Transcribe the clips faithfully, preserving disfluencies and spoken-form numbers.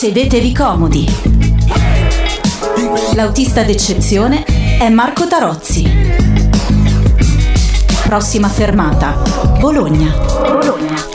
Sedetevi comodi. L'autista d'eccezione è Marco Tarozzi. Prossima fermata, Bologna. Bologna.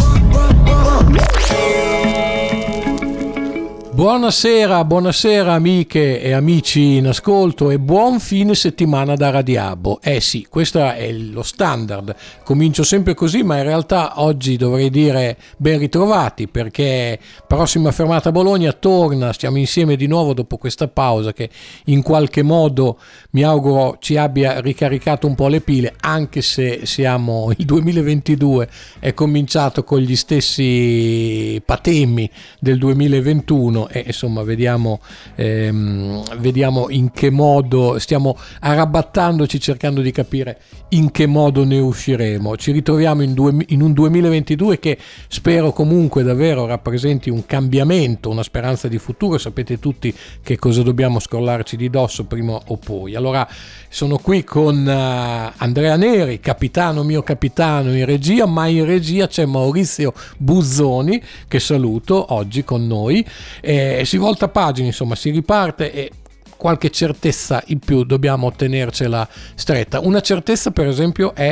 Buonasera, buonasera amiche e amici in ascolto e buon fine settimana da Radiabo. Eh sì, questo è lo standard, comincio sempre così, ma in realtà oggi dovrei dire ben ritrovati, perché prossima fermata Bologna torna, stiamo insieme di nuovo dopo questa pausa che in qualche modo mi auguro ci abbia ricaricato un po' le pile, anche se siamo il duemilaventidue, è cominciato con gli stessi patemi del duemilaventuno. E insomma vediamo, ehm, vediamo in che modo stiamo arrabattandoci, cercando di capire in che modo ne usciremo. Ci ritroviamo in, due, in un duemilaventidue che spero comunque davvero rappresenti un cambiamento, una speranza di futuro. Sapete tutti che cosa dobbiamo scrollarci di dosso prima o poi. Allora sono qui con uh, Andrea Neri, capitano mio capitano in regia, ma in regia c'è Maurizio Buzzoni, che saluto oggi con noi. E si volta pagina, insomma si riparte e qualche certezza in più dobbiamo tenercela stretta. Una certezza per esempio è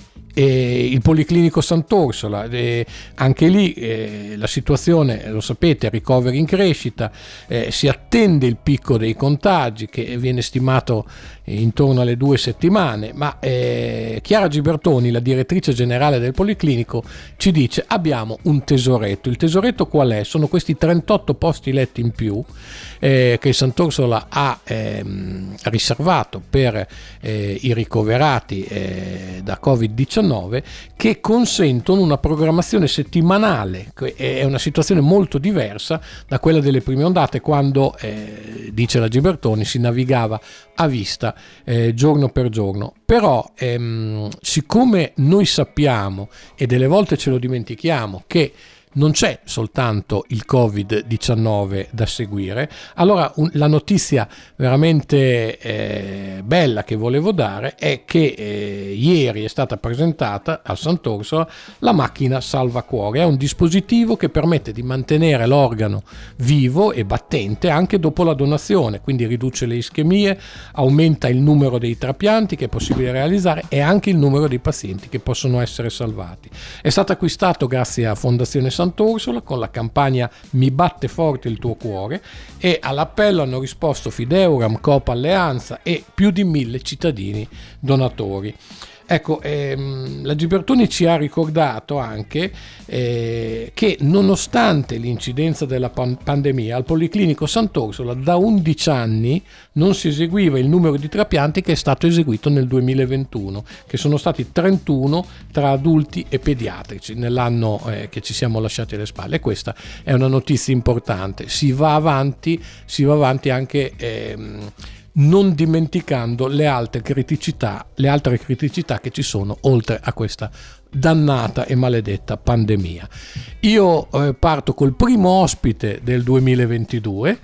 eh, il Policlinico Sant'Orsola, eh, anche lì eh, la situazione, lo sapete, ricoveri in crescita, eh, si attende il picco dei contagi che viene stimato intorno alle due settimane, ma eh, Chiara Gibertoni, la direttrice generale del Policlinico, ci dice: abbiamo un tesoretto. Il tesoretto qual è? Sono questi trentotto posti letti in più eh, che Sant'Orsola ha ehm, riservato per eh, i ricoverati eh, da covid diciannove, che consentono una programmazione settimanale. È una situazione molto diversa da quella delle prime ondate, quando eh, dice la Gibertoni si navigava a vista eh, giorno per giorno. Però ehm, siccome noi sappiamo, e delle volte ce lo dimentichiamo, che non c'è soltanto il covid diciannove da seguire, allora un, la notizia veramente eh, bella che volevo dare è che eh, ieri è stata presentata a Sant'Orsola la macchina salvacuore. È un dispositivo che permette di mantenere l'organo vivo e battente anche dopo la donazione, quindi riduce le ischemie, aumenta il numero dei trapianti che è possibile realizzare e anche il numero dei pazienti che possono essere salvati. È stato acquistato grazie a Fondazione Sant'Orsola con la campagna Mi batte forte il tuo cuore, e all'appello hanno risposto Fideuram, Coop Alleanza e più di mille cittadini donatori. Ecco, ehm, la Gibertoni ci ha ricordato anche eh, che nonostante l'incidenza della pan- pandemia al Policlinico Sant'Orsola da undici anni non si eseguiva il numero di trapianti che è stato eseguito nel duemilaventuno, che sono stati trentuno tra adulti e pediatrici nell'anno eh, che ci siamo lasciati alle spalle. E questa è una notizia importante. Si va avanti, si va avanti anche ehm, non dimenticando le altre criticità, le altre criticità che ci sono oltre a questa dannata e maledetta pandemia. Io eh, parto col primo ospite del duemilaventidue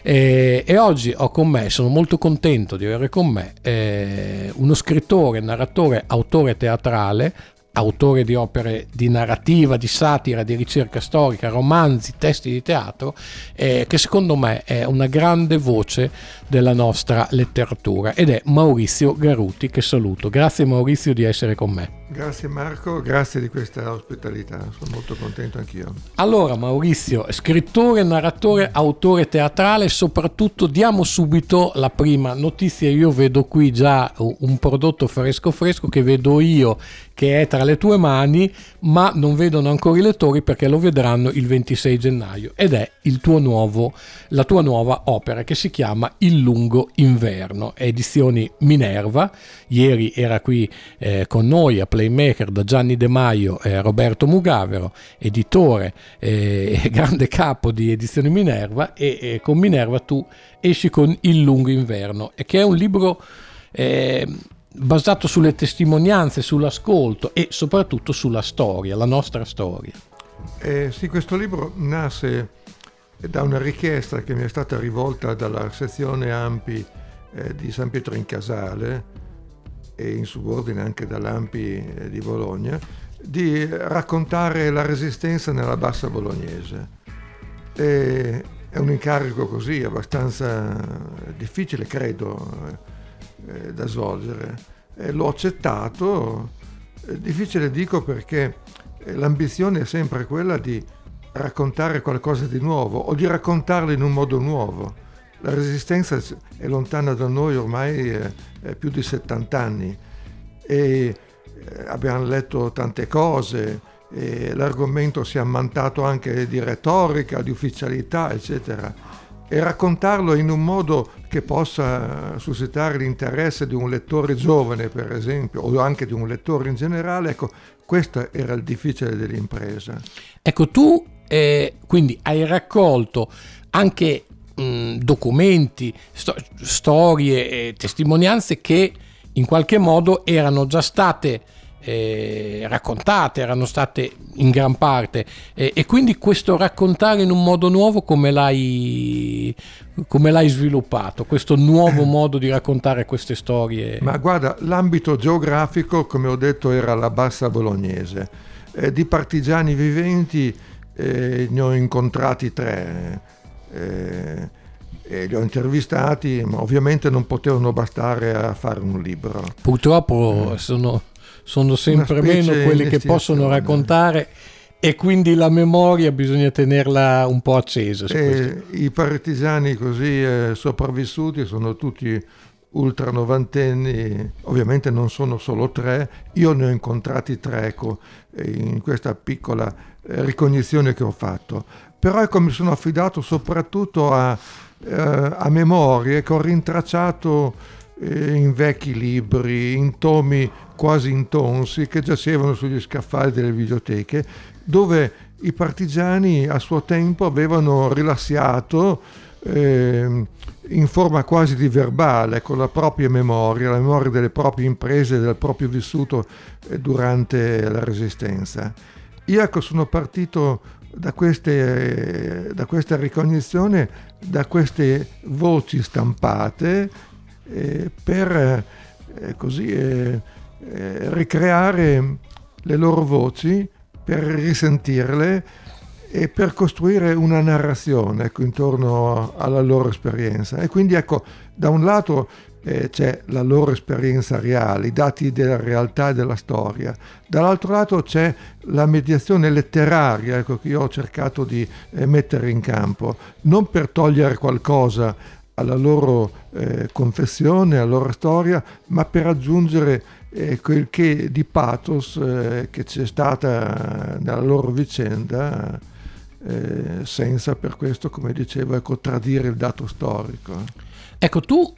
eh, e oggi ho con me, sono molto contento di avere con me eh, uno scrittore, narratore, autore teatrale, autore di opere di narrativa, di satira, di ricerca storica, romanzi, testi di teatro, eh, che secondo me è una grande voce della nostra letteratura, ed è Maurizio Garuti, che saluto. Grazie Maurizio di essere con me. Grazie Marco, grazie di questa ospitalità, sono molto contento anch'io. Allora Maurizio, scrittore, narratore, autore teatrale, soprattutto diamo subito la prima notizia. Io vedo qui già un prodotto fresco fresco che vedo io, che è tra le tue mani, ma non vedono ancora i lettori perché lo vedranno il ventisei gennaio, ed è il tuo nuovo, la tua nuova opera che si chiama Il lungo inverno, edizioni Minerva. Ieri era qui eh, con noi a Playmaker da Gianni De Maio eh, Roberto Mugavero, editore e eh, grande capo di edizioni Minerva, e eh, con Minerva tu esci con Il lungo inverno, e che è un libro eh, basato sulle testimonianze, sull'ascolto e soprattutto sulla storia, la nostra storia. Eh, sì, questo libro nasce da una richiesta che mi è stata rivolta dalla sezione A M P I eh, di San Pietro in Casale, e in subordine anche dall'A M P I eh, di Bologna, di raccontare la resistenza nella bassa bolognese. E è un incarico così abbastanza difficile, credo, eh, da svolgere. Eh, l'ho accettato, eh, difficile dico perché l'ambizione è sempre quella di raccontare qualcosa di nuovo o di raccontarlo in un modo nuovo. La Resistenza è lontana da noi ormai eh, più di settanta anni e eh, abbiamo letto tante cose, e l'argomento si è ammantato anche di retorica, di ufficialità, eccetera, e raccontarlo in un modo che possa suscitare l'interesse di un lettore giovane, per esempio, o anche di un lettore in generale, ecco, questo era il difficile dell'impresa. Ecco, tu eh, quindi hai raccolto anche mh, documenti, sto- storie e testimonianze che in qualche modo erano già state Eh, raccontate, erano state in gran parte eh, e quindi questo raccontare in un modo nuovo come l'hai come l'hai sviluppato, questo nuovo modo di raccontare queste storie? Ma guarda, l'ambito geografico, come ho detto, era la bassa bolognese. Eh, di partigiani viventi eh, ne ho incontrati tre eh, e li ho intervistati, ma ovviamente non potevano bastare a fare un libro. Purtroppo eh. sono sono sempre meno quelli che possono raccontare e quindi la memoria bisogna tenerla un po' accesa. E i partigiani così eh, sopravvissuti sono tutti ultra novantenni, ovviamente non sono solo tre, io ne ho incontrati tre ecco, in questa piccola eh, ricognizione che ho fatto, però ecco mi sono affidato soprattutto a, eh, a memorie che ho rintracciato in vecchi libri, in tomi quasi intonsi che giacevano sugli scaffali delle biblioteche, dove i partigiani a suo tempo avevano rilasciato eh, in forma quasi di verbale, con la propria memoria, la memoria delle proprie imprese, del proprio vissuto eh, durante la Resistenza. Io ecco sono partito da, queste, eh, da questa ricognizione, da queste voci stampate, Eh, per eh, così eh, eh, ricreare le loro voci, per risentirle e per costruire una narrazione ecco, intorno alla loro esperienza. E quindi ecco, da un lato eh, c'è la loro esperienza reale, i dati della realtà e della storia, dall'altro lato c'è la mediazione letteraria ecco, che io ho cercato di eh, mettere in campo, non per togliere qualcosa alla loro eh, confessione, alla loro storia, ma per aggiungere eh, quel che di pathos eh, che c'è stata nella loro vicenda, eh, senza per questo, come dicevo, ecco, tradire il dato storico. Ecco, tu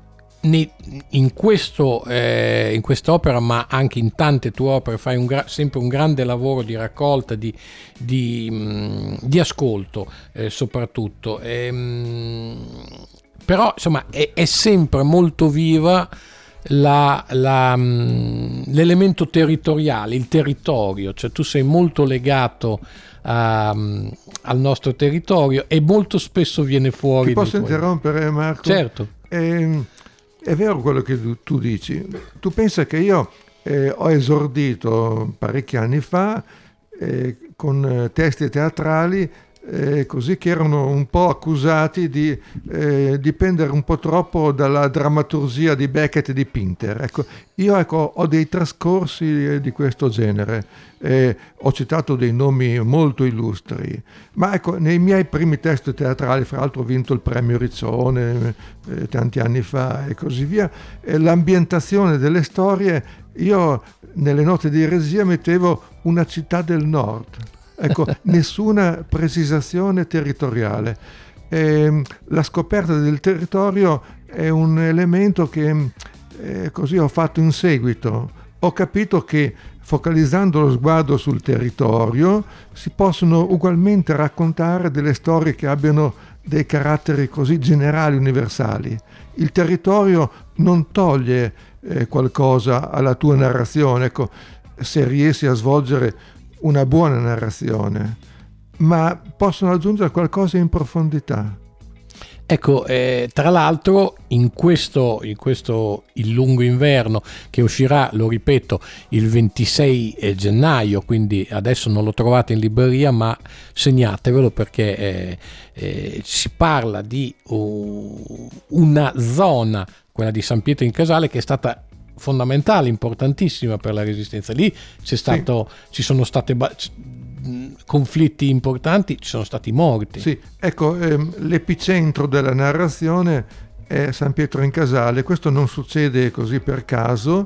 in questo eh, in quest'opera, ma anche in tante tue opere, fai un gra- sempre un grande lavoro di raccolta, di, di, mh, di ascolto eh, soprattutto. E, mh, però insomma è, è sempre molto viva la, la, mh, l'elemento territoriale, il territorio, cioè tu sei molto legato a, um, al nostro territorio e molto spesso viene fuori. Ti posso tuoi... interrompere, Marco? Certo. Eh, è vero quello che tu, tu dici. Tu pensa che io eh, ho esordito parecchi anni fa eh, con eh, testi teatrali Eh, così che erano un po' accusati di eh, dipendere un po' troppo dalla drammaturgia di Beckett e di Pinter. Ecco, io ecco, ho dei trascorsi eh, di questo genere, eh, ho citato dei nomi molto illustri, ma ecco, nei miei primi testi teatrali, fra l'altro ho vinto il premio Riccione eh, tanti anni fa e così via, eh, l'ambientazione delle storie, io nelle note di regia mettevo una città del nord. Ecco, nessuna precisazione territoriale. Eh, la scoperta del territorio è un elemento che eh, così ho fatto in seguito. Ho capito che focalizzando lo sguardo sul territorio si possono ugualmente raccontare delle storie che abbiano dei caratteri così generali, universali. Il territorio non toglie eh, qualcosa alla tua narrazione, ecco, se riesci a svolgere una buona narrazione, ma possono aggiungere qualcosa in profondità. Ecco, eh, tra l'altro in questo, in questo Il lungo inverno, che uscirà, lo ripeto, il ventisei gennaio, quindi adesso non lo trovate in libreria, ma segnatevelo, perché eh, eh, si parla di uh, una zona, quella di San Pietro in Casale, che è stata fondamentale, importantissima per la resistenza. Lì c'è stato, sì. ci sono state ba- conflitti importanti, ci sono stati morti. Sì, ecco, ehm, l'epicentro della narrazione è San Pietro in Casale. Questo non succede così per caso,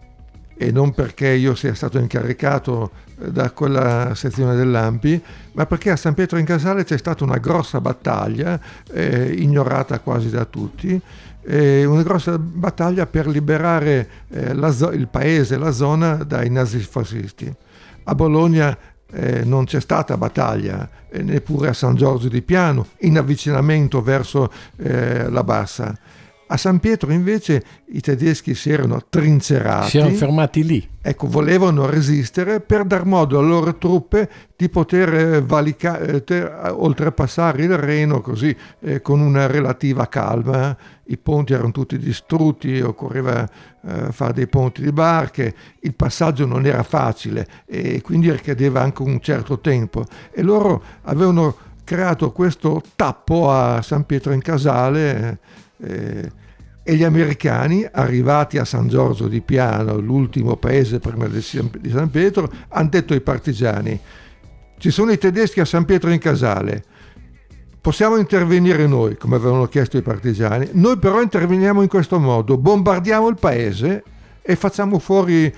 e non perché io sia stato incaricato da quella sezione dell'A M P I, ma perché a San Pietro in Casale c'è stata una grossa battaglia, eh, ignorata quasi da tutti, eh, una grossa battaglia per liberare eh, la zo- il paese, la zona, dai nazifascisti. A Bologna Eh, non c'è stata battaglia, eh, neppure a San Giorgio di Piano, in avvicinamento verso eh, la Bassa. A San Pietro invece i tedeschi si erano trincerati, si erano fermati lì. Ecco, volevano resistere per dar modo alle loro truppe di poter valicare, ter, oltrepassare il Reno così eh, con una relativa calma. I ponti erano tutti distrutti, occorreva eh, fare dei ponti di barche, il passaggio non era facile e quindi richiedeva anche un certo tempo, e loro avevano creato questo tappo a San Pietro in Casale. Eh, e gli americani, arrivati a San Giorgio di Piano, l'ultimo paese prima di San Pietro, hanno detto ai partigiani: ci sono i tedeschi a San Pietro in Casale, possiamo intervenire noi, come avevano chiesto i partigiani, noi però interveniamo in questo modo: bombardiamo il paese e facciamo fuori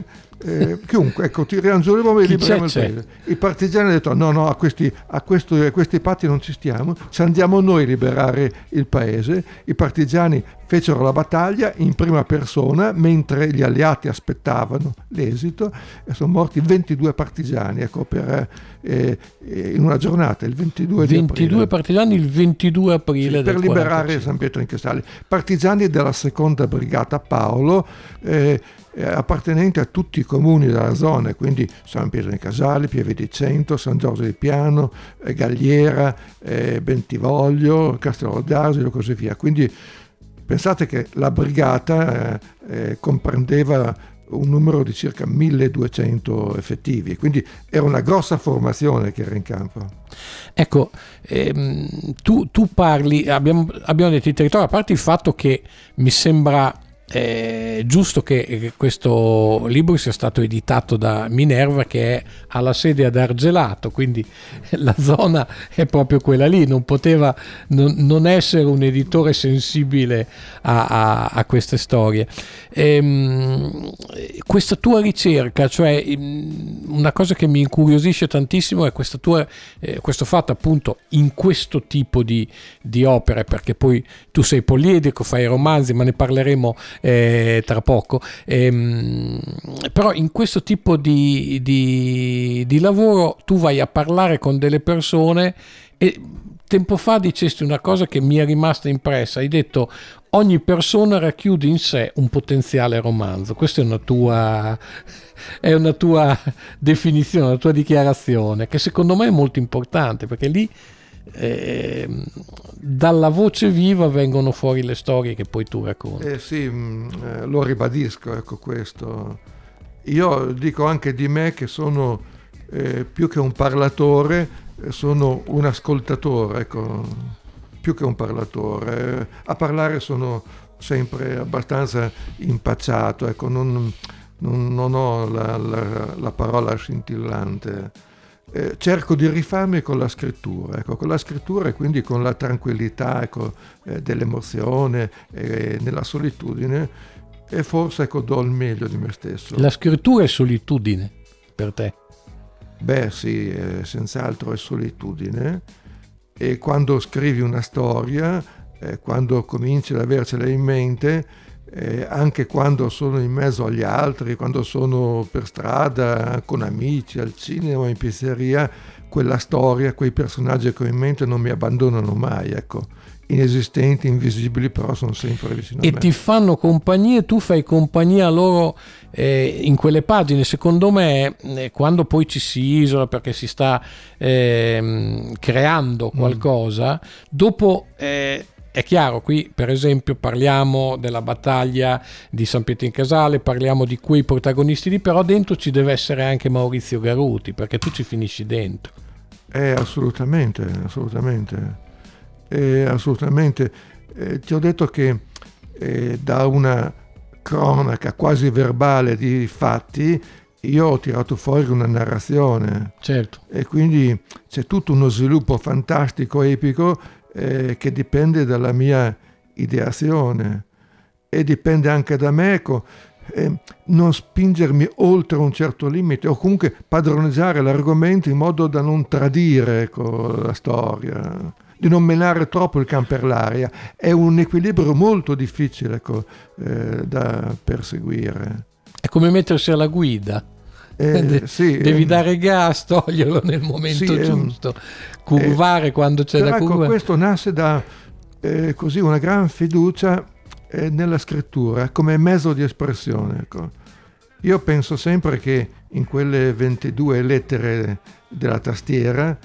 eh, chiunque, ecco, tiriamo giù le bombe e liberiamo il paese. I partigiani hanno detto: no, no, a questi, a, questo, a questi patti non ci stiamo, ci andiamo noi a liberare il paese. I partigiani fecero la battaglia in prima persona mentre gli alleati aspettavano l'esito, e sono morti ventidue partigiani, ecco, per, eh, in una giornata, il ventidue di aprile. ventidue partigiani il ventidue aprile sì, del per liberare quarantacinque. San Pietro in Casale. Partigiani della seconda brigata Paolo, eh, appartenenti a tutti i comuni della zona, quindi San Pietro in Casale, Pieve di Cento, San Giorgio di Piano, eh, Galliera, eh, Bentivoglio, Castello d'Asilo e così via. Quindi pensate che la brigata eh, eh, comprendeva un numero di circa milleduecento effettivi, quindi era una grossa formazione che era in campo. Ecco, ehm, tu, tu parli, abbiamo, abbiamo detto il territorio, a parte il fatto che mi sembra è giusto che questo libro sia stato editato da Minerva, che ha la sede ad Argelato, quindi la zona è proprio quella lì, non poteva non, non essere un editore sensibile a, a, a queste storie. Ehm, questa tua ricerca, cioè una cosa che mi incuriosisce tantissimo è questa tua, eh, questo fatto appunto in questo tipo di, di opere, perché poi tu sei poliedrico, fai romanzi, ma ne parleremo Eh, tra poco, ehm, però in questo tipo di, di, di lavoro tu vai a parlare con delle persone, e tempo fa dicesti una cosa che mi è rimasta impressa, hai detto: ogni persona racchiude in sé un potenziale romanzo. Questa è una tua è una tua definizione, una tua dichiarazione, che secondo me è molto importante, perché lì Eh, dalla voce viva vengono fuori le storie che poi tu racconti. Eh sì, mh, lo ribadisco, ecco questo. Io dico anche di me che sono eh, più che un parlatore, sono un ascoltatore, ecco, più che un parlatore. A parlare sono sempre abbastanza impacciato, ecco, non, non, non ho la, la, la parola scintillante. Eh, cerco di rifarmi con la scrittura, ecco, con la scrittura e quindi con la tranquillità, ecco, eh, dell'emozione, eh, nella solitudine, e forse, ecco, do il meglio di me stesso. La scrittura è solitudine per te? Beh sì, eh, senz'altro è solitudine, e quando scrivi una storia, eh, quando cominci ad avercela in mente, Eh, anche quando sono in mezzo agli altri, quando sono per strada con amici, al cinema, in pizzeria, quella storia, quei personaggi che ho in mente non mi abbandonano mai, ecco. Inesistenti, invisibili, però sono sempre vicino a e me. E ti fanno compagnia, e tu fai compagnia a loro eh, in quelle pagine. Secondo me, eh, quando poi ci si isola perché si sta eh, creando qualcosa, mm. dopo... Eh, È chiaro, qui per esempio parliamo della battaglia di San Pietro in Casale, parliamo di quei protagonisti lì, però dentro ci deve essere anche Maurizio Garuti, perché tu ci finisci dentro. Eh, assolutamente, assolutamente, eh, assolutamente. Eh, ti ho detto che eh, da una cronaca quasi verbale di fatti io ho tirato fuori una narrazione. Certo. E quindi c'è tutto uno sviluppo fantastico, epico, Eh, che dipende dalla mia ideazione e dipende anche da me, ecco, eh, non spingermi oltre un certo limite o comunque padroneggiare l'argomento in modo da non tradire, ecco, la storia, di non menare troppo il can per l'aria. È un equilibrio molto difficile, ecco, eh, da perseguire. È come mettersi alla guida. Eh, De- sì, devi eh, dare gas, toglierlo nel momento sì, giusto, curvare eh, quando c'è da ecco, curvare. Questo nasce da eh, così una gran fiducia eh, nella scrittura come mezzo di espressione, ecco. Io penso sempre che in quelle ventidue lettere della tastiera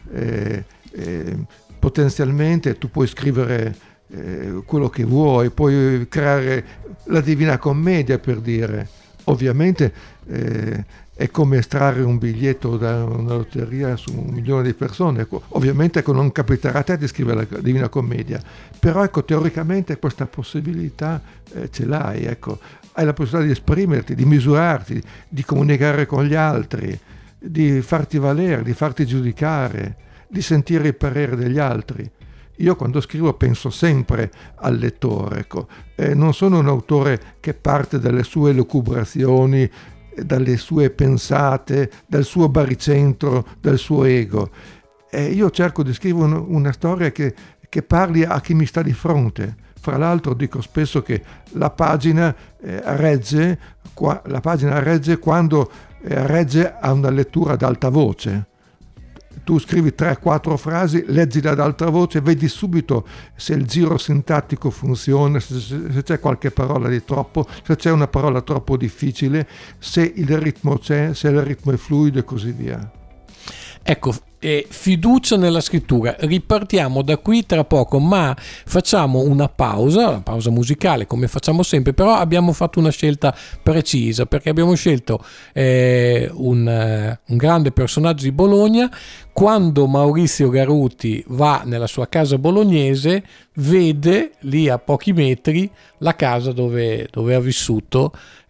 eh, eh, potenzialmente tu puoi scrivere eh, quello che vuoi, puoi creare la Divina Commedia, per dire. Ovviamente eh, è come estrarre un biglietto da una lotteria su un milione di persone. Ecco, ovviamente ecco, non capiterà a te di scrivere la Divina Commedia, però ecco, teoricamente questa possibilità eh, ce l'hai, ecco. Hai la possibilità di esprimerti, di misurarti, di comunicare con gli altri, di farti valere, di farti giudicare, di sentire il parere degli altri. Io quando scrivo penso sempre al lettore, ecco. Eh, non sono un autore che parte dalle sue lucubrazioni, dalle sue pensate, dal suo baricentro, dal suo ego. Eh, io cerco di scrivere un, una storia che, che parli a chi mi sta di fronte. Fra l'altro dico spesso che la pagina eh, regge, qua, la pagina regge quando eh, regge a una lettura ad alta voce. Tu scrivi tre quattro frasi, leggila ad alta voce, vedi subito se il giro sintattico funziona, se, se c'è qualche parola di troppo, se c'è una parola troppo difficile, se il ritmo c'è, se il ritmo è fluido e così via. Ecco, eh, fiducia nella scrittura. Ripartiamo da qui tra poco, ma facciamo una pausa, una pausa musicale come facciamo sempre, però abbiamo fatto una scelta precisa perché abbiamo scelto eh, un, uh, un grande personaggio di Bologna. Quando Maurizio Garuti va nella sua casa bolognese, vede lì a pochi metri la casa dove, dove ha vissuto,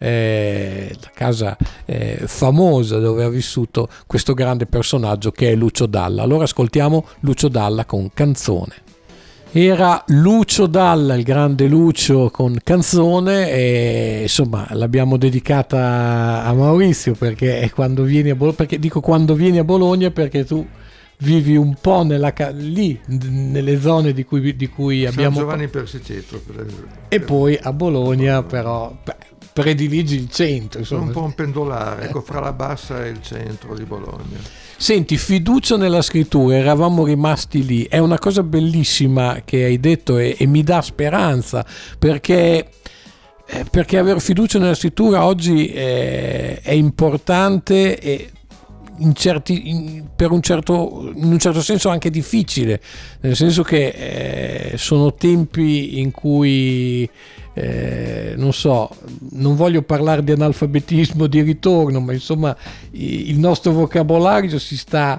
eh, la casa eh, famosa dove ha vissuto questo grande personaggio che è Lucio Dalla. Allora ascoltiamo Lucio Dalla con Canzone. Era Lucio Dalla, il grande Lucio, con Canzone, e insomma l'abbiamo dedicata a Maurizio perché è quando vieni a Bologna, perché dico quando vieni a Bologna perché tu vivi un po' nella, lì nelle zone di cui, di cui abbiamo San Giovanni Persiceto per esempio. E poi a Bologna però beh, prediligi il centro, insomma. Sono un po' un pendolare, ecco, fra la Bassa e il centro di Bologna. Senti, fiducia nella scrittura, eravamo rimasti lì, è una cosa bellissima che hai detto e, e mi dà speranza perché, eh, perché avere fiducia nella scrittura oggi è, è importante e in certi, in, per un certo, in un certo senso anche difficile, nel senso che eh, sono tempi in cui Eh, non so, non voglio parlare di analfabetismo di ritorno, ma insomma il nostro vocabolario si sta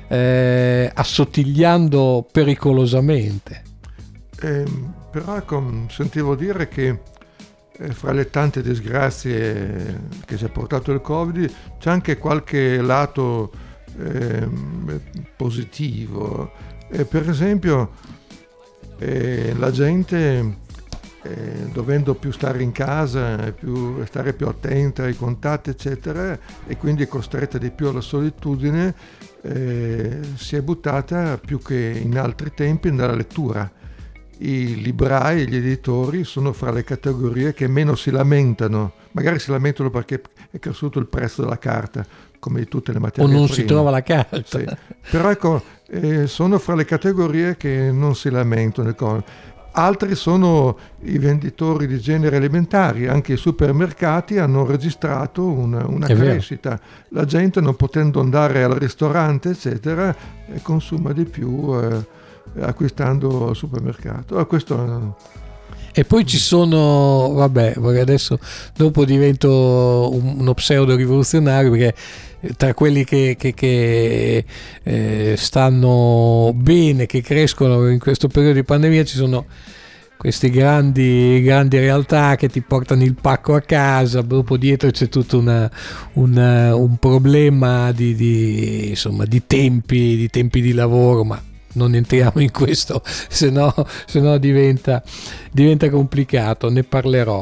eh, assottigliando pericolosamente. Eh, però ecco, sentivo dire che eh, fra le tante disgrazie che ci ha portato il Covid c'è anche qualche lato eh, positivo. Eh, per esempio eh, la gente Eh, dovendo più stare in casa, più, stare più attenta ai contatti eccetera, e quindi costretta di più alla solitudine, eh, si è buttata più che in altri tempi nella lettura. I librai e gli editori sono fra le categorie che meno si lamentano, magari si lamentano perché è cresciuto il prezzo della carta, come tutte le materie o non prime. si trova la carta. Sì. Però ecco, eh, sono fra le categorie che non si lamentano. Altri sono i venditori di generi alimentari, anche i supermercati hanno registrato una, una crescita. Vero. La gente, non potendo andare al ristorante eccetera, eh, consuma di più eh, acquistando al supermercato. Ah, questo E poi ci sono, vabbè, adesso dopo divento un, uno pseudo rivoluzionario, perché tra quelli che, che, che eh, stanno bene, che crescono in questo periodo di pandemia, ci sono queste grandi, grandi realtà che ti portano il pacco a casa, dopo dietro c'è tutto una, una, un problema di, di, insomma, di tempi, di tempi di lavoro, ma non entriamo in questo, se no, se no diventa, diventa complicato, ne parlerò.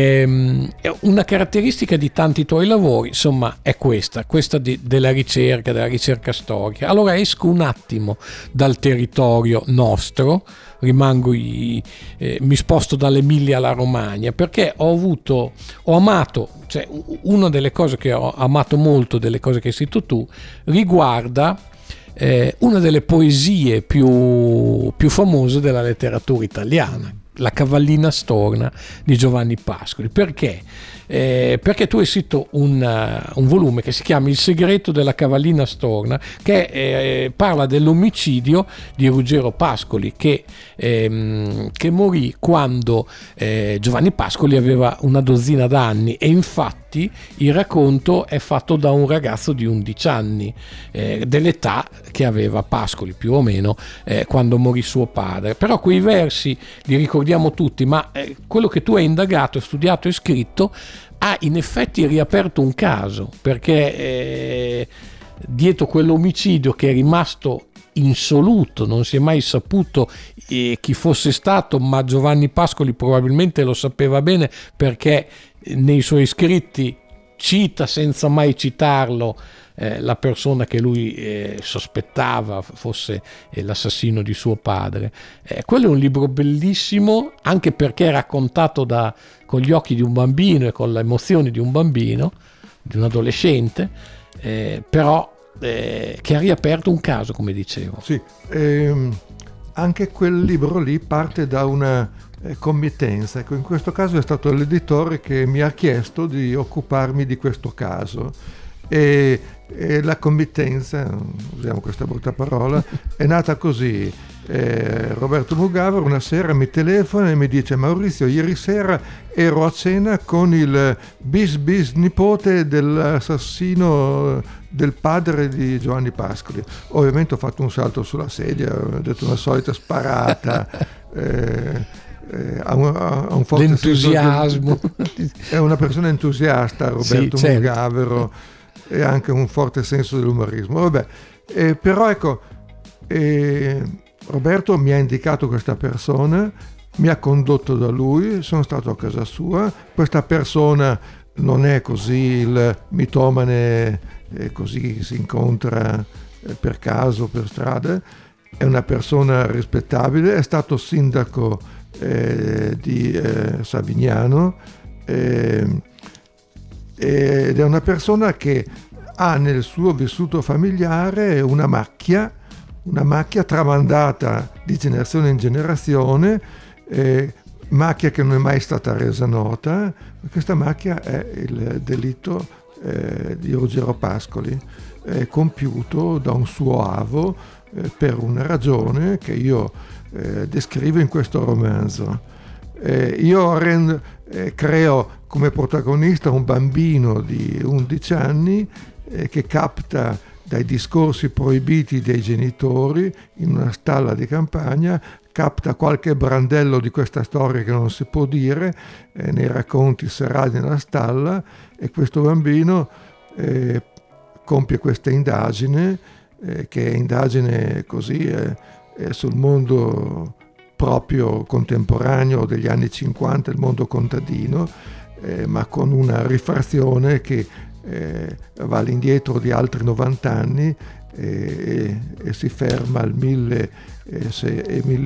Ehm, una caratteristica di tanti tuoi lavori, insomma, è questa, questa di, della ricerca, della ricerca storica. Allora esco un attimo dal territorio nostro, rimango i, eh, mi sposto dall'Emilia alla Romagna, perché ho avuto, ho amato, cioè una delle cose che ho amato molto, delle cose che hai scritto tu, riguarda Eh, una delle poesie più, più famose della letteratura italiana, La cavallina storna di Giovanni Pascoli. Perché? Eh, perché tu hai scritto un, uh, un volume che si chiama Il segreto della cavallina storna, che eh, parla dell'omicidio di Ruggero Pascoli, che, ehm, che morì quando eh, Giovanni Pascoli aveva una dozzina d'anni, e infatti il racconto è fatto da un ragazzo di undici anni, eh, dell'età che aveva Pascoli più o meno eh, quando morì suo padre. Però quei versi li ricordiamo tutti, ma eh, quello che tu hai indagato, studiato e scritto ha in effetti riaperto un caso, perché eh, dietro quell'omicidio che è rimasto insoluto, non si è mai saputo eh, chi fosse stato, ma Giovanni Pascoli probabilmente lo sapeva bene, perché nei suoi scritti cita senza mai citarlo eh, la persona che lui eh, sospettava fosse eh, l'assassino di suo padre. Eh, quello è un libro bellissimo, anche perché è raccontato da, con gli occhi di un bambino e con le emozioni di un bambino, di un adolescente, eh, però eh, che ha riaperto un caso, come dicevo. Sì, ehm, anche quel libro lì parte da una eh, committenza. Ecco, in questo caso è stato l'editore che mi ha chiesto di occuparmi di questo caso, e, e la committenza, usiamo questa brutta parola, è nata così. Eh, Roberto Mugavero una sera mi telefona e mi dice: Maurizio, ieri sera ero a cena con il bis bis nipote dell'assassino del padre di Giovanni Pascoli. Ovviamente ho fatto un salto sulla sedia, ho detto una solita sparata. eh, Eh, ha, un, ha un forte l'entusiasmo di, è una persona entusiasta, Roberto, sì, certo. Mugavero, e anche un forte senso dell'umorismo. Vabbè, eh, però ecco, eh, Roberto mi ha indicato questa persona, mi ha condotto da lui, sono stato a casa sua. Questa persona non è così il mitomane, eh, così si incontra eh, per caso, per strada. È una persona rispettabile, è stato sindaco Eh, di eh, Savignano, eh, ed è una persona che ha nel suo vissuto familiare una macchia, una macchia tramandata di generazione in generazione, eh, macchia che non è mai stata resa nota. Questa macchia è il delitto eh, di Ruggero Pascoli, eh, compiuto da un suo avo eh, per una ragione che io Eh, descrivo in questo romanzo. Eh, io rendo, eh, creo come protagonista un bambino di undici anni eh, che capta dai discorsi proibiti dei genitori in una stalla di campagna, capta qualche brandello di questa storia che non si può dire eh, nei racconti serrati nella stalla, e questo bambino eh, compie questa indagine eh, che è indagine così eh, sul mondo proprio contemporaneo degli anni cinquanta, il mondo contadino, eh, ma con una rifrazione che eh, va all'indietro di altri novanta anni e, e si ferma al mille, eh, se,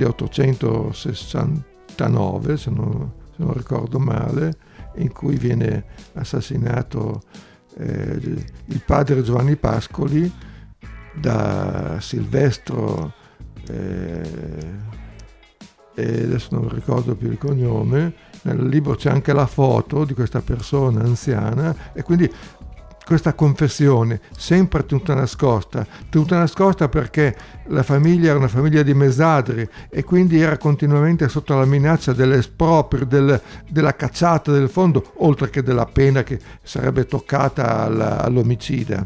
milleottocentosessantanove, se non, se non ricordo male, in cui viene assassinato eh, il padre Giovanni Pascoli, da Silvestro, eh, e adesso non ricordo più il cognome. Nel libro c'è anche la foto di questa persona anziana, e quindi questa confessione sempre tenuta nascosta, tenuta nascosta perché la famiglia era una famiglia di mesadri e quindi era continuamente sotto la minaccia dell'esproprio, del, della cacciata del fondo, oltre che della pena che sarebbe toccata alla, all'omicida.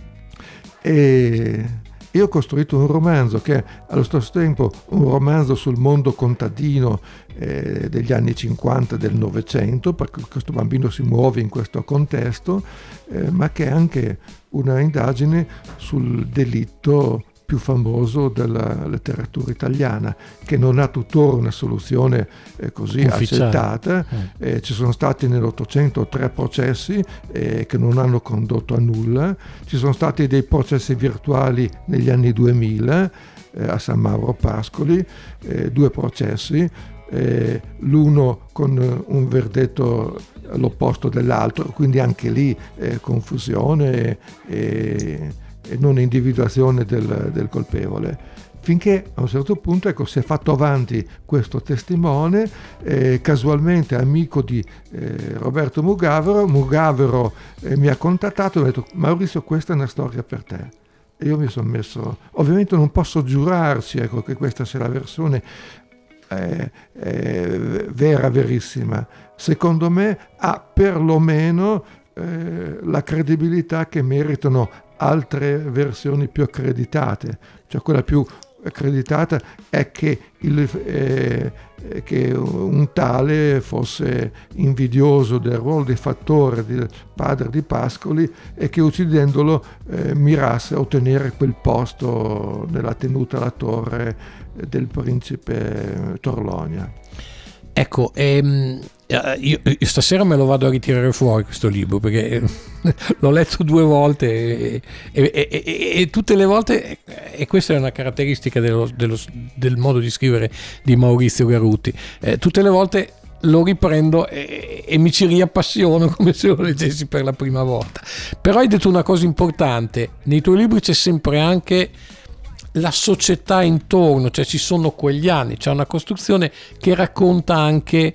E io ho costruito un romanzo che è allo stesso tempo un romanzo sul mondo contadino eh, degli anni cinquanta del Novecento, perché questo bambino si muove in questo contesto, eh, ma che è anche una indagine sul delitto più famoso della letteratura italiana, che non ha tuttora una soluzione eh, così ufficiale accettata. Eh. Eh, ci sono stati nell'Ottocento tre processi eh, che non hanno condotto a nulla. Ci sono stati dei processi virtuali negli anni duemila eh, a San Mauro Pascoli, eh, due processi, eh, l'uno con un verdetto all'opposto dell'altro, quindi anche lì eh, confusione e, e non individuazione del, del colpevole, finché a un certo punto ecco, si è fatto avanti questo testimone, eh, casualmente amico di eh, Roberto Mugavero. Mugavero eh, mi ha contattato e mi ha detto: Maurizio, questa è una storia per te. E io mi sono messo, ovviamente non posso giurarci ecco, che questa sia la versione eh, eh, vera, verissima. Secondo me ha perlomeno eh, la credibilità che meritano altre versioni più accreditate. Cioè quella più accreditata è che, il, eh, che un tale fosse invidioso del ruolo di fattore del padre di Pascoli e che uccidendolo eh, mirasse a ottenere quel posto nella tenuta alla torre del principe Torlonia. Ecco, ehm, io, io stasera me lo vado a ritirare fuori questo libro, perché l'ho letto due volte e, e, e, e, e tutte le volte, e questa è una caratteristica dello, dello, del modo di scrivere di Maurizio Garuti, eh, tutte le volte lo riprendo e, e mi ci riappassiono come se lo leggessi per la prima volta. Però hai detto una cosa importante: nei tuoi libri c'è sempre anche la società intorno, cioè ci sono quegli anni, c'è una costruzione che racconta anche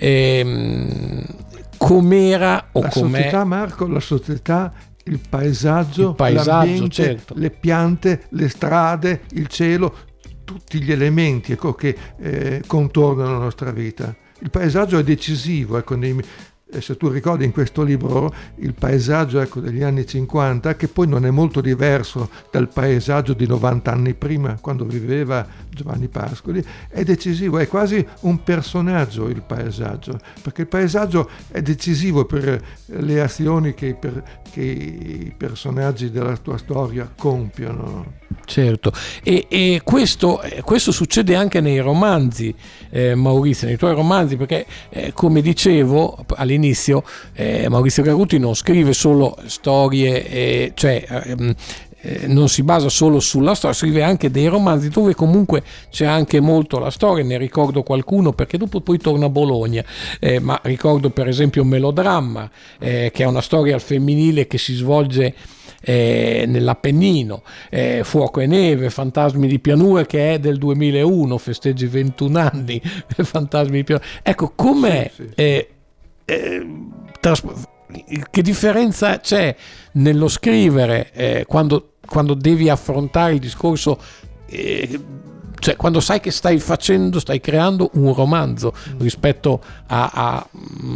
ehm, com'era o la com'è. Società, Marco, la società, il paesaggio, il paesaggio, l'ambiente, certo, le piante, le strade, il cielo, tutti gli elementi ecco, che eh, contornano la nostra vita. Il paesaggio è decisivo, ecco, nei, se tu ricordi in questo libro il paesaggio ecco, degli anni cinquanta, che poi non è molto diverso dal paesaggio di novanta anni prima, quando viveva Giovanni Pascoli, è decisivo, è quasi un personaggio il paesaggio, perché il paesaggio è decisivo per le azioni che, per, che i personaggi della tua storia compiono. Certo, e, e questo, questo succede anche nei romanzi, eh, Maurizio, nei tuoi romanzi, perché eh, come dicevo all'inizio, eh, Maurizio Garuti non scrive solo storie, eh, cioè ehm, eh, non si basa solo sulla storia, scrive anche dei romanzi dove comunque c'è anche molto la storia. Ne ricordo qualcuno perché dopo poi torna a Bologna, eh, ma ricordo per esempio Melodramma, eh, che è una storia al femminile che si svolge Eh, nell'Appennino, eh, Fuoco e Neve, Fantasmi di Pianura, che è del duemilauno, festeggi ventuno anni, Fantasmi di Pianura. Ecco, com'è, sì, sì. Eh, eh, tras- che differenza c'è nello scrivere eh, quando, quando devi affrontare il discorso, eh, cioè quando sai che stai facendo, stai creando un romanzo mm. rispetto a, a,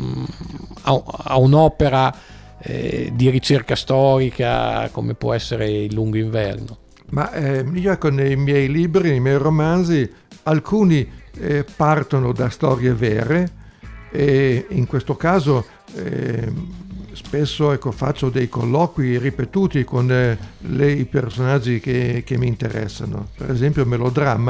a, a un'opera Eh, di ricerca storica come può essere Il lungo inverno? Ma eh, io con i miei libri, i miei romanzi, alcuni eh, partono da storie vere e in questo caso eh, spesso ecco, faccio dei colloqui ripetuti con eh, le, i personaggi che, che mi interessano. Per esempio Melodramma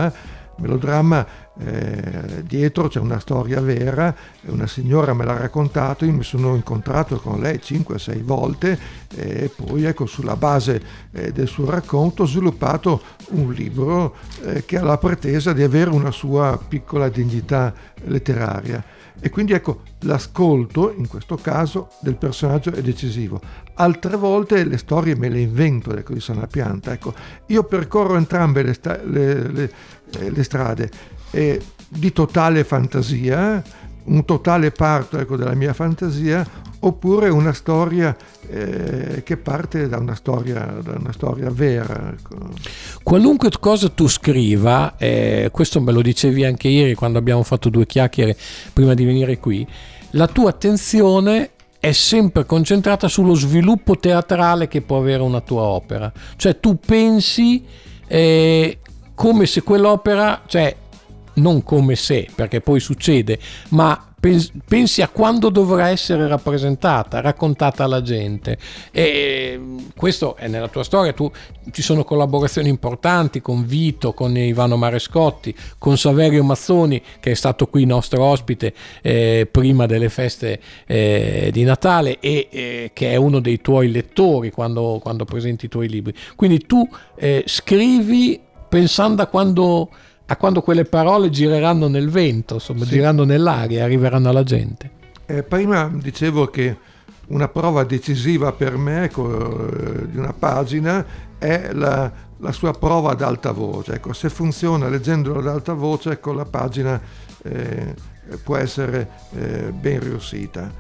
melodramma, eh, dietro c'è una storia vera, una signora me l'ha raccontato, io mi sono incontrato con lei cinque sei volte e poi ecco sulla base eh, del suo racconto ho sviluppato un libro eh, che ha la pretesa di avere una sua piccola dignità letteraria. E quindi ecco, l'ascolto, in questo caso, del personaggio è decisivo. Altre volte le storie me le invento, ecco, di Sana Pianta. Ecco, io percorro entrambe le, sta- le, le, le strade, e di totale fantasia, un totale parto, ecco, della mia fantasia, oppure una storia eh, che parte da una storia, da una storia vera. Ecco. Qualunque cosa tu scriva, eh, questo me lo dicevi anche ieri quando abbiamo fatto due chiacchiere prima di venire qui, la tua attenzione è sempre concentrata sullo sviluppo teatrale che può avere una tua opera. Cioè tu pensi eh, come se quell'opera, cioè non come se, perché poi succede, ma pensi a quando dovrà essere rappresentata, raccontata alla gente. E questo è nella tua storia. Tu, ci sono collaborazioni importanti con Vito, con Ivano Marescotti, con Saverio Mazzoni, che è stato qui nostro ospite eh, prima delle feste eh, di Natale e eh, che è uno dei tuoi lettori quando, quando presenti i tuoi libri. Quindi tu eh, scrivi pensando a quando a quando quelle parole gireranno nel vento, insomma, sì. gireranno nell'aria, arriveranno alla gente. Eh, prima dicevo che una prova decisiva per me, ecco, di una pagina è la, la sua prova ad alta voce. Ecco, se funziona leggendolo ad alta voce, ecco, la pagina eh, può essere eh, ben riuscita.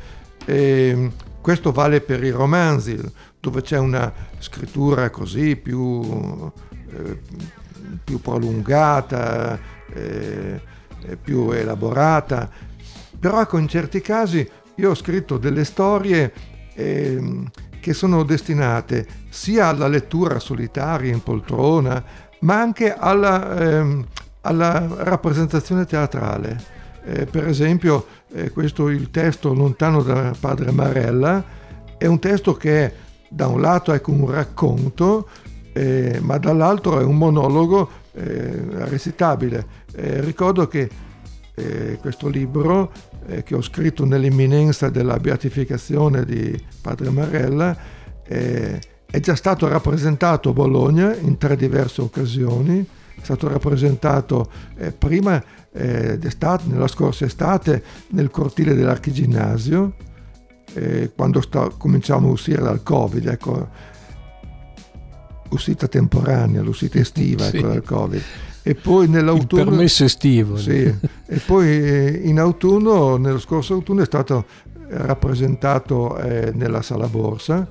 E questo vale per i romanzi, dove c'è una scrittura così più... Eh, più prolungata, eh, più elaborata, però ecco, in certi casi io ho scritto delle storie eh, che sono destinate sia alla lettura solitaria in poltrona, ma anche alla, eh, alla rappresentazione teatrale. Eh, per esempio, eh, questo il testo Lontano da Padre Marella è un testo che è da un lato ecco, un racconto, Eh, ma dall'altro è un monologo eh, recitabile. Eh, ricordo che eh, questo libro eh, che ho scritto nell'imminenza della beatificazione di Padre Marella eh, è già stato rappresentato a Bologna in tre diverse occasioni. È stato rappresentato eh, prima eh, d'estate, nella scorsa estate, nel cortile dell'Archiginnasio, eh, quando sta, cominciamo a uscire dal Covid, ecco, uscita temporanea, l'uscita estiva sì. ecco, dal Covid, e poi nell'autunno il permesso estivo sì, e poi in autunno, nello scorso autunno è stato rappresentato eh, nella Sala Borsa,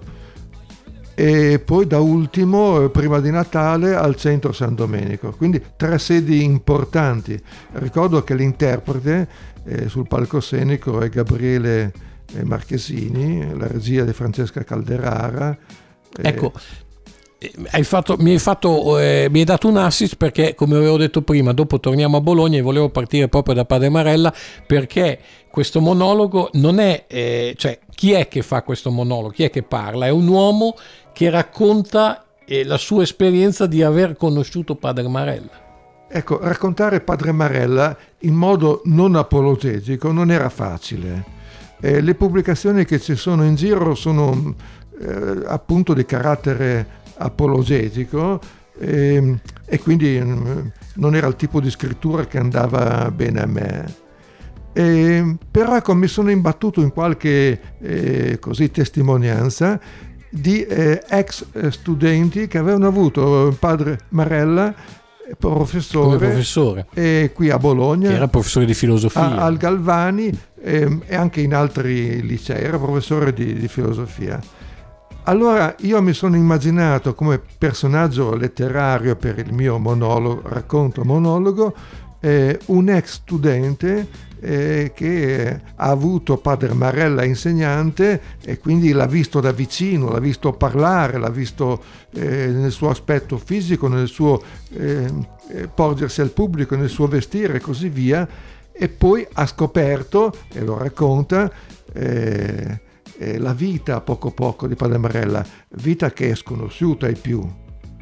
e poi da ultimo prima di Natale al Centro San Domenico, quindi tre sedi importanti. Ricordo che l'interprete eh, sul palcoscenico è Gabriele eh, Marchesini, la regia di Francesca Calderara. eh, ecco Hai fatto, mi hai fatto eh, mi hai dato un assist, perché come avevo detto prima, dopo torniamo a Bologna e volevo partire proprio da Padre Marella, perché questo monologo non è eh, cioè chi è che fa questo monologo, chi è che parla? È un uomo che racconta eh, la sua esperienza di aver conosciuto Padre Marella. Ecco, raccontare Padre Marella in modo non apologetico non era facile. Eh, le pubblicazioni che ci sono in giro sono eh, appunto di carattere apologetico e, e quindi non era il tipo di scrittura che andava bene a me. E, però ecco, mi sono imbattuto in qualche eh, così testimonianza di eh, ex studenti che avevano avuto Padre Marella professore, come professore e qui a Bologna, che era professore di filosofia a, al Galvani e, e anche in altri licei, era professore di, di filosofia. Allora io mi sono immaginato come personaggio letterario per il mio monologo, racconto monologo, eh, un ex studente eh, che ha avuto Padre Marella insegnante e quindi l'ha visto da vicino, l'ha visto parlare, l'ha visto eh, nel suo aspetto fisico, nel suo eh, porgersi al pubblico, nel suo vestire e così via, e poi ha scoperto, e lo racconta, eh, Eh, la vita poco poco di Padre Marella, vita che è sconosciuta ai più,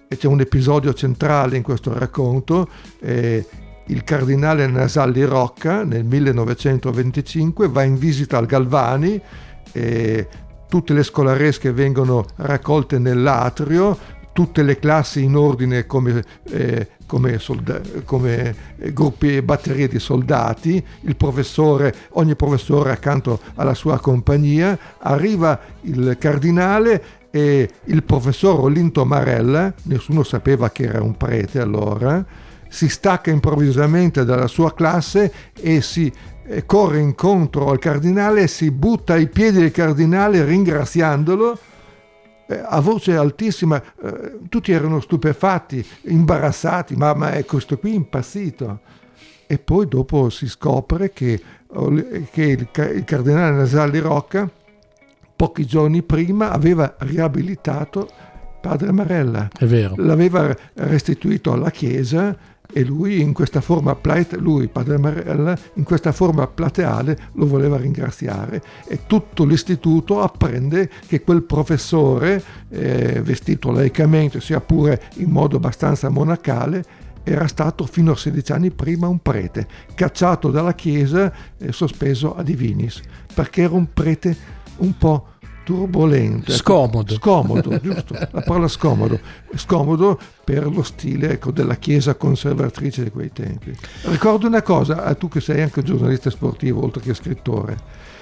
e c'è un episodio centrale in questo racconto. Eh, il cardinale Nasalli Rocca nel millenovecentoventicinque va in visita al Galvani, e tutte le scolaresche vengono raccolte nell'atrio, tutte le classi in ordine come, eh, come, solda- come gruppi e batterie di soldati, il professore, ogni professore accanto alla sua compagnia. Arriva il cardinale e il professor Olinto Marella, nessuno sapeva che era un prete allora, si stacca improvvisamente dalla sua classe e si eh, corre incontro al cardinale, si butta ai piedi del cardinale ringraziandolo eh, a voce altissima. Eh, tutti erano stupefatti, imbarazzati, ma, ma è questo qui impazzito. E poi dopo si scopre che, che il, il cardinale Nasalli Rocca pochi giorni prima aveva riabilitato padre Marella. È vero. L'aveva restituito alla Chiesa e lui in questa forma plate, lui padre Marella in questa forma plateale lo voleva ringraziare, e tutto l'istituto apprende che quel professore eh, vestito laicamente, sia pure in modo abbastanza monacale, era stato fino a sedici anni prima un prete, cacciato dalla Chiesa e sospeso a divinis, perché era un prete un po' turbolento, scomodo, ecco, scomodo, giusto, la parola scomodo, scomodo per lo stile, ecco, della Chiesa conservatrice di quei tempi. Ricordo una cosa, a tu che sei anche giornalista sportivo oltre che scrittore,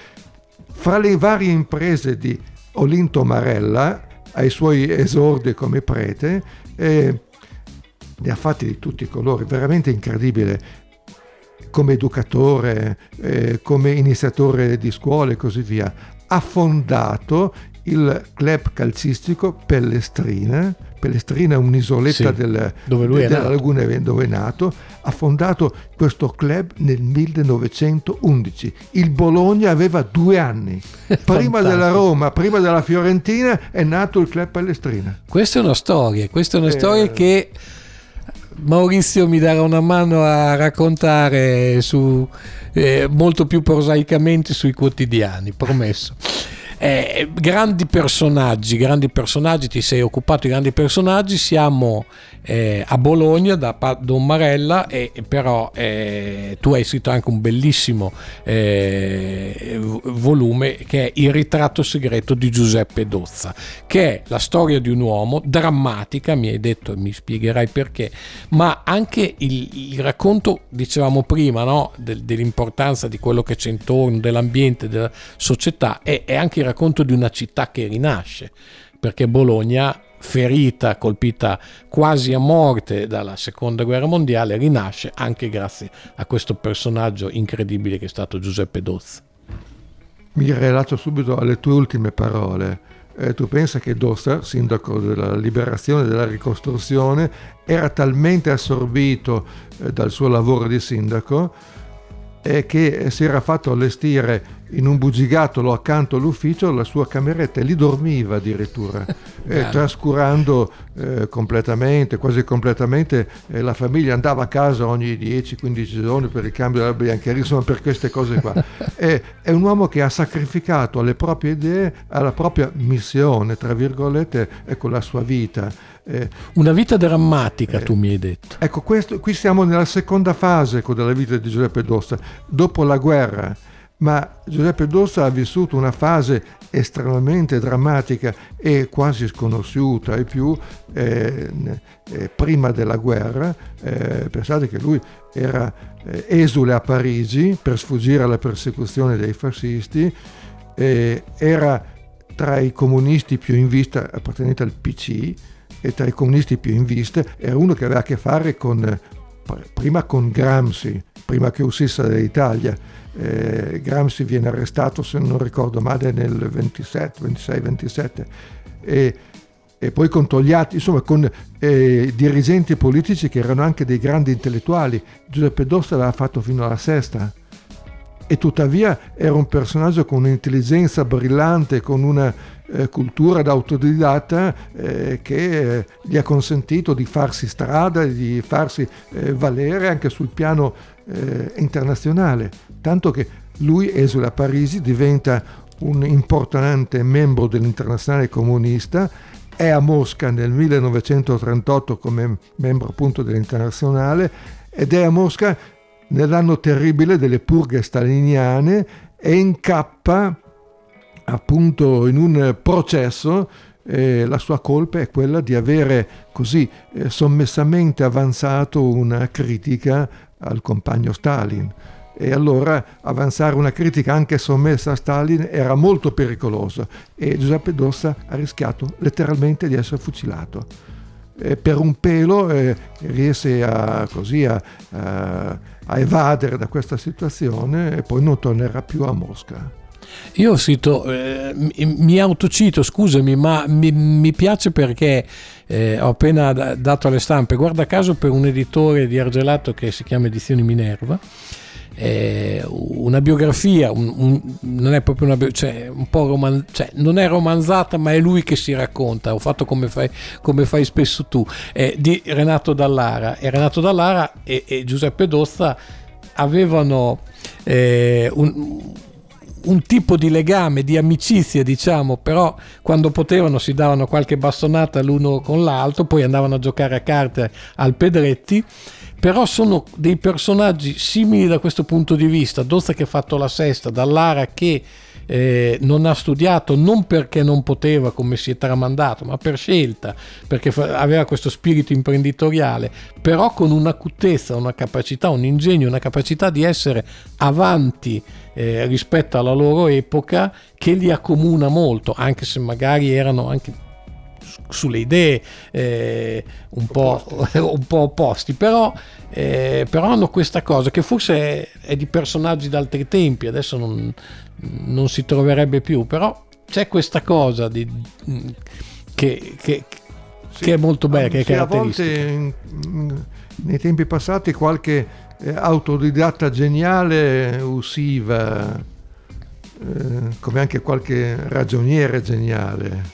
fra le varie imprese di Olinto Marella ai suoi esordi come prete, eh, ne ha fatti di tutti i colori, veramente incredibile, come educatore, eh, come iniziatore di scuole e così via. Ha fondato il club calcistico Pellestrina. Pellestrina è un'isoletta, sì, del, dove lui de, è della nato. laguna dove è nato. Ha fondato questo club nel millenovecentoundici. Il Bologna aveva due anni. Prima della Roma, prima della Fiorentina è nato il club Pellestrina. Questa è una storia, questa è una eh, storia che Maurizio mi darà una mano a raccontare su eh, molto più prosaicamente sui quotidiani, promesso. Eh, grandi personaggi, grandi personaggi, ti sei occupato di grandi personaggi. Siamo eh, a Bologna da Don Marella, e, e però eh, tu hai scritto anche un bellissimo eh, volume che è Il ritratto segreto di Giuseppe Dozza, che è la storia di un uomo drammatica, mi hai detto e mi spiegherai perché, ma anche il, il racconto, dicevamo prima, no? Del, dell'importanza di quello che c'è intorno, dell'ambiente, della società, e, e anche il racconto di una città che rinasce, perché Bologna, ferita, colpita quasi a morte dalla seconda guerra mondiale, rinasce anche grazie a questo personaggio incredibile che è stato Giuseppe Dozza. Mi rilascio subito alle tue ultime parole. Eh, tu pensa che Dozza, sindaco della liberazione e della ricostruzione, era talmente assorbito eh, dal suo lavoro di sindaco eh, che si era fatto allestire in un bugigattolo accanto all'ufficio la sua cameretta, e lì dormiva addirittura, eh, trascurando eh, completamente, quasi completamente eh, la famiglia. Andava a casa ogni dieci quindici giorni per il cambio della biancheria, insomma, per queste cose qua. è, è un uomo che ha sacrificato alle proprie idee, alla propria missione, tra virgolette, ecco, la sua vita. Eh, una vita drammatica, eh, tu mi hai detto. Ecco, questo, qui siamo nella seconda fase, ecco, della vita di Giuseppe Dozza, dopo la guerra. Ma Giuseppe Dozza ha vissuto una fase estremamente drammatica e quasi sconosciuta ai più eh, eh, prima della guerra. Eh, pensate che lui era eh, esule a Parigi per sfuggire alla persecuzione dei fascisti, eh, era tra i comunisti più in vista, appartenente al P C, e tra i comunisti più in vista era uno che aveva a che fare con, prima con Gramsci, prima che uscisse dall'Italia. Eh, Gramsci viene arrestato, se non ricordo male, nel ventisette, ventisei ventisette, e, e poi con Togliatti, insomma con eh, dirigenti politici che erano anche dei grandi intellettuali. Giuseppe Dozza aveva fatto fino alla sesta, e tuttavia era un personaggio con un'intelligenza brillante, con una eh, cultura da autodidatta eh, che eh, gli ha consentito di farsi strada, di farsi eh, valere anche sul piano eh, internazionale, tanto che lui esule a Parigi, diventa un importante membro dell'Internazionale comunista è a Mosca nel millenovecentotrentotto come membro appunto dell'Internazionale, ed è a Mosca nell'anno terribile delle purghe staliniane e incappa appunto in un processo. Eh, la sua colpa è quella di avere così eh, sommessamente avanzato una critica al compagno Stalin, e allora avanzare una critica anche sommessa a Stalin era molto pericoloso, e Giuseppe Dossa ha rischiato letteralmente di essere fucilato. Eh, per un pelo eh, riesce a, così a, a, a evadere da questa situazione e poi non tornerà più a Mosca. Io cito, eh, mi, mi autocito, scusami, ma mi, mi piace perché eh, ho appena dato alle stampe, guarda caso per un editore di Argelato che si chiama Edizioni Minerva, eh, una biografia, un, un, non è proprio una cioè, un po' roman, cioè, non è romanzata, ma è lui che si racconta. Ho fatto come fai, come fai spesso tu, eh, di Renato Dallara. E Renato Dallara e, e Giuseppe Dossa avevano eh, un un tipo di legame, di amicizia, diciamo, però quando potevano si davano qualche bastonata l'uno con l'altro, poi andavano a giocare a carte al Pedretti. Però sono dei personaggi simili da questo punto di vista. Dossa che ha fatto la sesta, Dallara che eh, non ha studiato, non perché non poteva come si è tramandato, ma per scelta, perché fa- aveva questo spirito imprenditoriale, però con un'acutezza, una capacità, un ingegno, una capacità di essere avanti eh, rispetto alla loro epoca, che li accomuna molto, anche se magari erano anche sulle idee eh, un, po', un po' opposti, però, eh, però hanno questa cosa che forse è, è di personaggi d'altri tempi, adesso non, non si troverebbe più, però c'è questa cosa di, che, che, sì, che è molto bella, che è sì, caratteristica. A volte in, in, nei tempi passati qualche eh, autodidatta geniale usiva, eh, come anche qualche ragioniere geniale.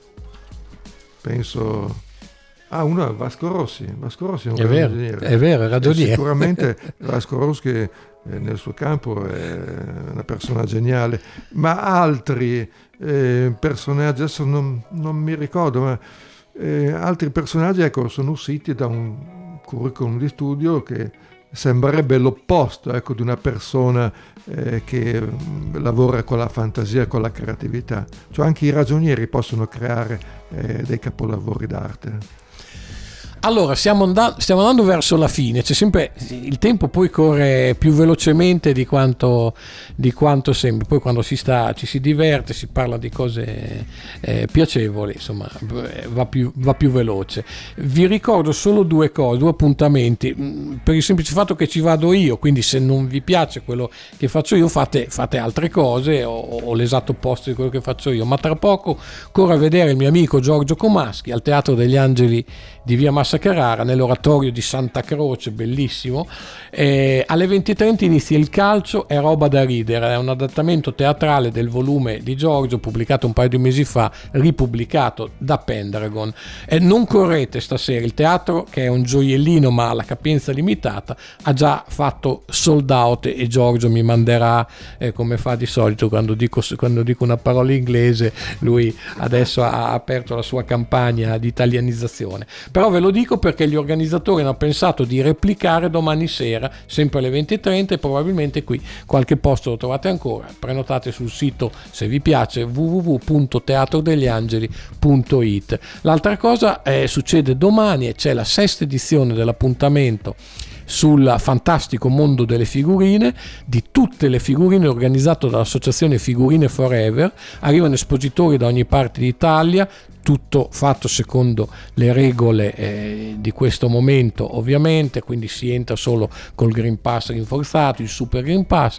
Penso ah uno è Vasco Rossi Vasco Rossi è un è vero, ragioniere, è vero, è ragioniere. E sicuramente Vasco Rossi eh, nel suo campo è una persona geniale, ma altri eh, personaggi adesso non, non mi ricordo, ma eh, altri personaggi ecco sono usciti da un curriculum di studio che sembrerebbe l'opposto ecco di una persona eh, che lavora con la fantasia, con la creatività. Cioè anche i ragionieri possono creare eh, dei capolavori d'arte. Allora, stiamo, and- stiamo andando verso la fine, c'è sempre il tempo poi corre più velocemente di quanto, di quanto sembra, poi quando si sta, ci si diverte, si parla di cose eh, piacevoli, insomma va più, va più veloce. Vi ricordo solo due cose, due appuntamenti, per il semplice fatto che ci vado io, quindi se non vi piace quello che faccio io fate, fate altre cose o, o l'esatto opposto di quello che faccio io, ma tra poco corro a vedere il mio amico Giorgio Comaschi al Teatro degli Angeli di via Massa Carrara, nell'oratorio di Santa Croce, bellissimo. Eh, alle venti e trenta inizia Il calcio è roba da ridere, è un adattamento teatrale del volume di Giorgio pubblicato un paio di mesi fa, ripubblicato da Pendragon. E non correte stasera, il teatro, che è un gioiellino ma ha la capienza limitata, ha già fatto sold out e Giorgio mi manderà eh, come fa di solito quando dico, quando dico una parola inglese, lui adesso ha aperto la sua campagna di italianizzazione. Però ve lo dico perché gli organizzatori hanno pensato di replicare domani sera, sempre alle venti e trenta, e probabilmente qui qualche posto lo trovate ancora. Prenotate sul sito se vi piace, w w w punto teatro degli angeli punto i t. L'altra cosa eh, succede domani e c'è la sesta edizione dell'appuntamento sul fantastico mondo delle figurine, di tutte le figurine, organizzato dall'associazione Figurine Forever. Arrivano espositori da ogni parte d'Italia, tutto fatto secondo le regole eh, di questo momento, ovviamente, quindi si entra solo col Green Pass rinforzato, il Super Green Pass.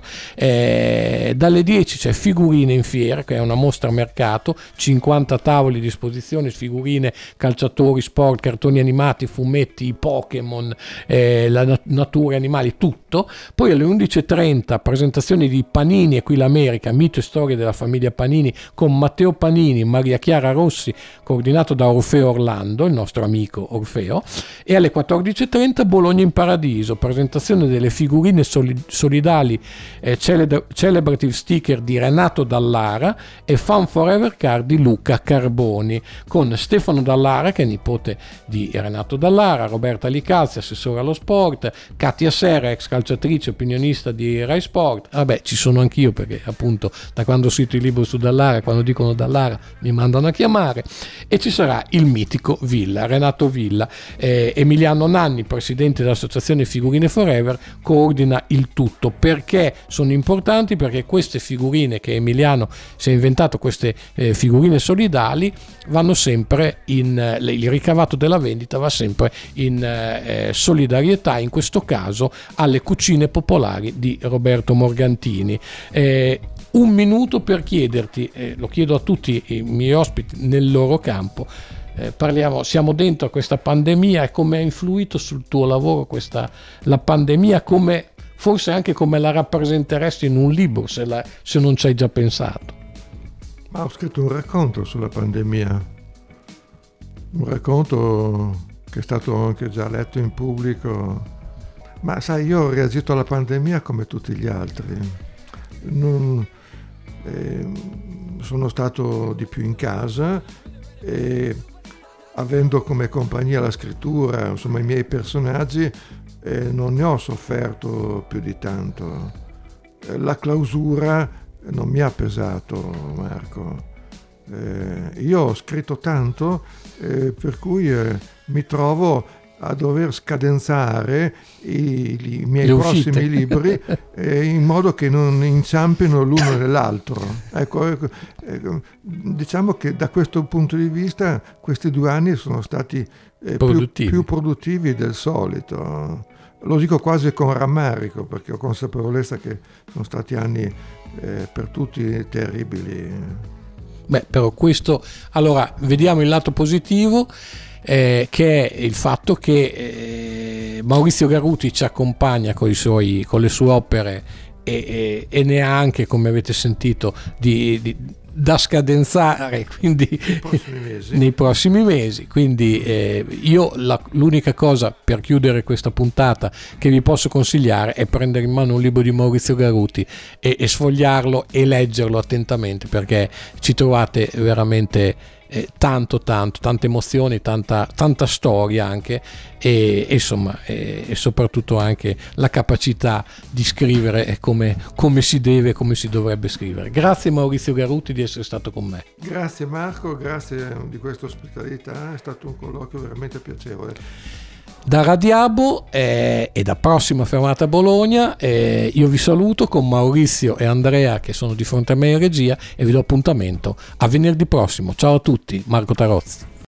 Eh, dalle dieci c'è Figurine in Fiera, che è una mostra a mercato, cinquanta tavoli di esposizione, figurine, calciatori, sport, cartoni animati, fumetti, Pokémon, eh, la natura, natura, animali, tutto. Poi alle undici e trenta presentazione di Panini e qui l'America, mito e storia della famiglia Panini con Matteo Panini, Maria Chiara Rossi, coordinato da Orfeo Orlando, il nostro amico Orfeo. E alle quattordici e trenta Bologna in Paradiso, presentazione delle figurine soli- solidali eh, cele- celebrative sticker di Renato Dallara e Fan Forever Card di Luca Carboni, con Stefano Dallara che è nipote di Renato Dallara, Roberta Licazzi, assessore allo sport, Katia Serra, ex calciatrice, opinionista di Rai Sport. Vabbè, ci sono anch'io perché appunto da quando ho scritto il libro su Dallara, quando dicono Dallara mi mandano a chiamare. E ci sarà il mitico Villa, Renato Villa. eh, Emiliano Nanni, presidente dell'associazione Figurine Forever, coordina il tutto. Perché sono importanti? Perché queste figurine che Emiliano si è inventato, queste eh, figurine solidali, vanno sempre in eh, il ricavato della vendita va sempre in eh, solidarietà, in questo caso alle cucine popolari di Roberto Morgantini. Eh, un minuto per chiederti, eh, lo chiedo a tutti i miei ospiti nel loro campo, eh, parliamo, siamo dentro a questa pandemia e come ha influito sul tuo lavoro questa, la pandemia, come, forse anche come la rappresenteresti in un libro se, la, se non ci hai già pensato. Ma ho scritto un racconto sulla pandemia, un racconto che è stato anche già letto in pubblico, ma sai, io ho reagito alla pandemia come tutti gli altri. Non, eh, sono stato di più in casa e avendo come compagnia la scrittura, insomma i miei personaggi, eh, non ne ho sofferto più di tanto. Eh, la clausura non mi ha pesato, Marco. Eh, io ho scritto tanto, eh, per cui eh, mi trovo a dover scadenzare i, i miei prossimi libri eh, in modo che non inciampino l'uno nell'altro. Ecco, ecco, ecco, diciamo che da questo punto di vista questi due anni sono stati eh, produttivi. Più, più produttivi del solito. Lo dico quasi con rammarico perché ho consapevolezza che sono stati anni eh, per tutti terribili. Beh, però questo, allora vediamo il lato positivo, eh, che è il fatto che eh, Maurizio Garuti ci accompagna con, i suoi, con le sue opere e, e, e ne ha anche, come avete sentito, di, di, da scadenzare quindi nei prossimi mesi, nei prossimi mesi. Quindi eh, io la, l'unica cosa per chiudere questa puntata che vi posso consigliare è prendere in mano un libro di Maurizio Garuti e, e sfogliarlo e leggerlo attentamente, perché ci trovate veramente eh, tanto tanto tante emozioni, tanta, tanta storia anche e, e insomma e, e soprattutto anche la capacità di scrivere come, come si deve, come si dovrebbe scrivere. Grazie Maurizio Garuti di essere stato con me. Grazie Marco, grazie di questa ospitalità, è stato un colloquio veramente piacevole. Da Radiabo eh, e da Prossima Fermata Bologna eh, io vi saluto con Maurizio e Andrea che sono di fronte a me in regia e vi do appuntamento a venerdì prossimo. Ciao a tutti, Marco Tarozzi.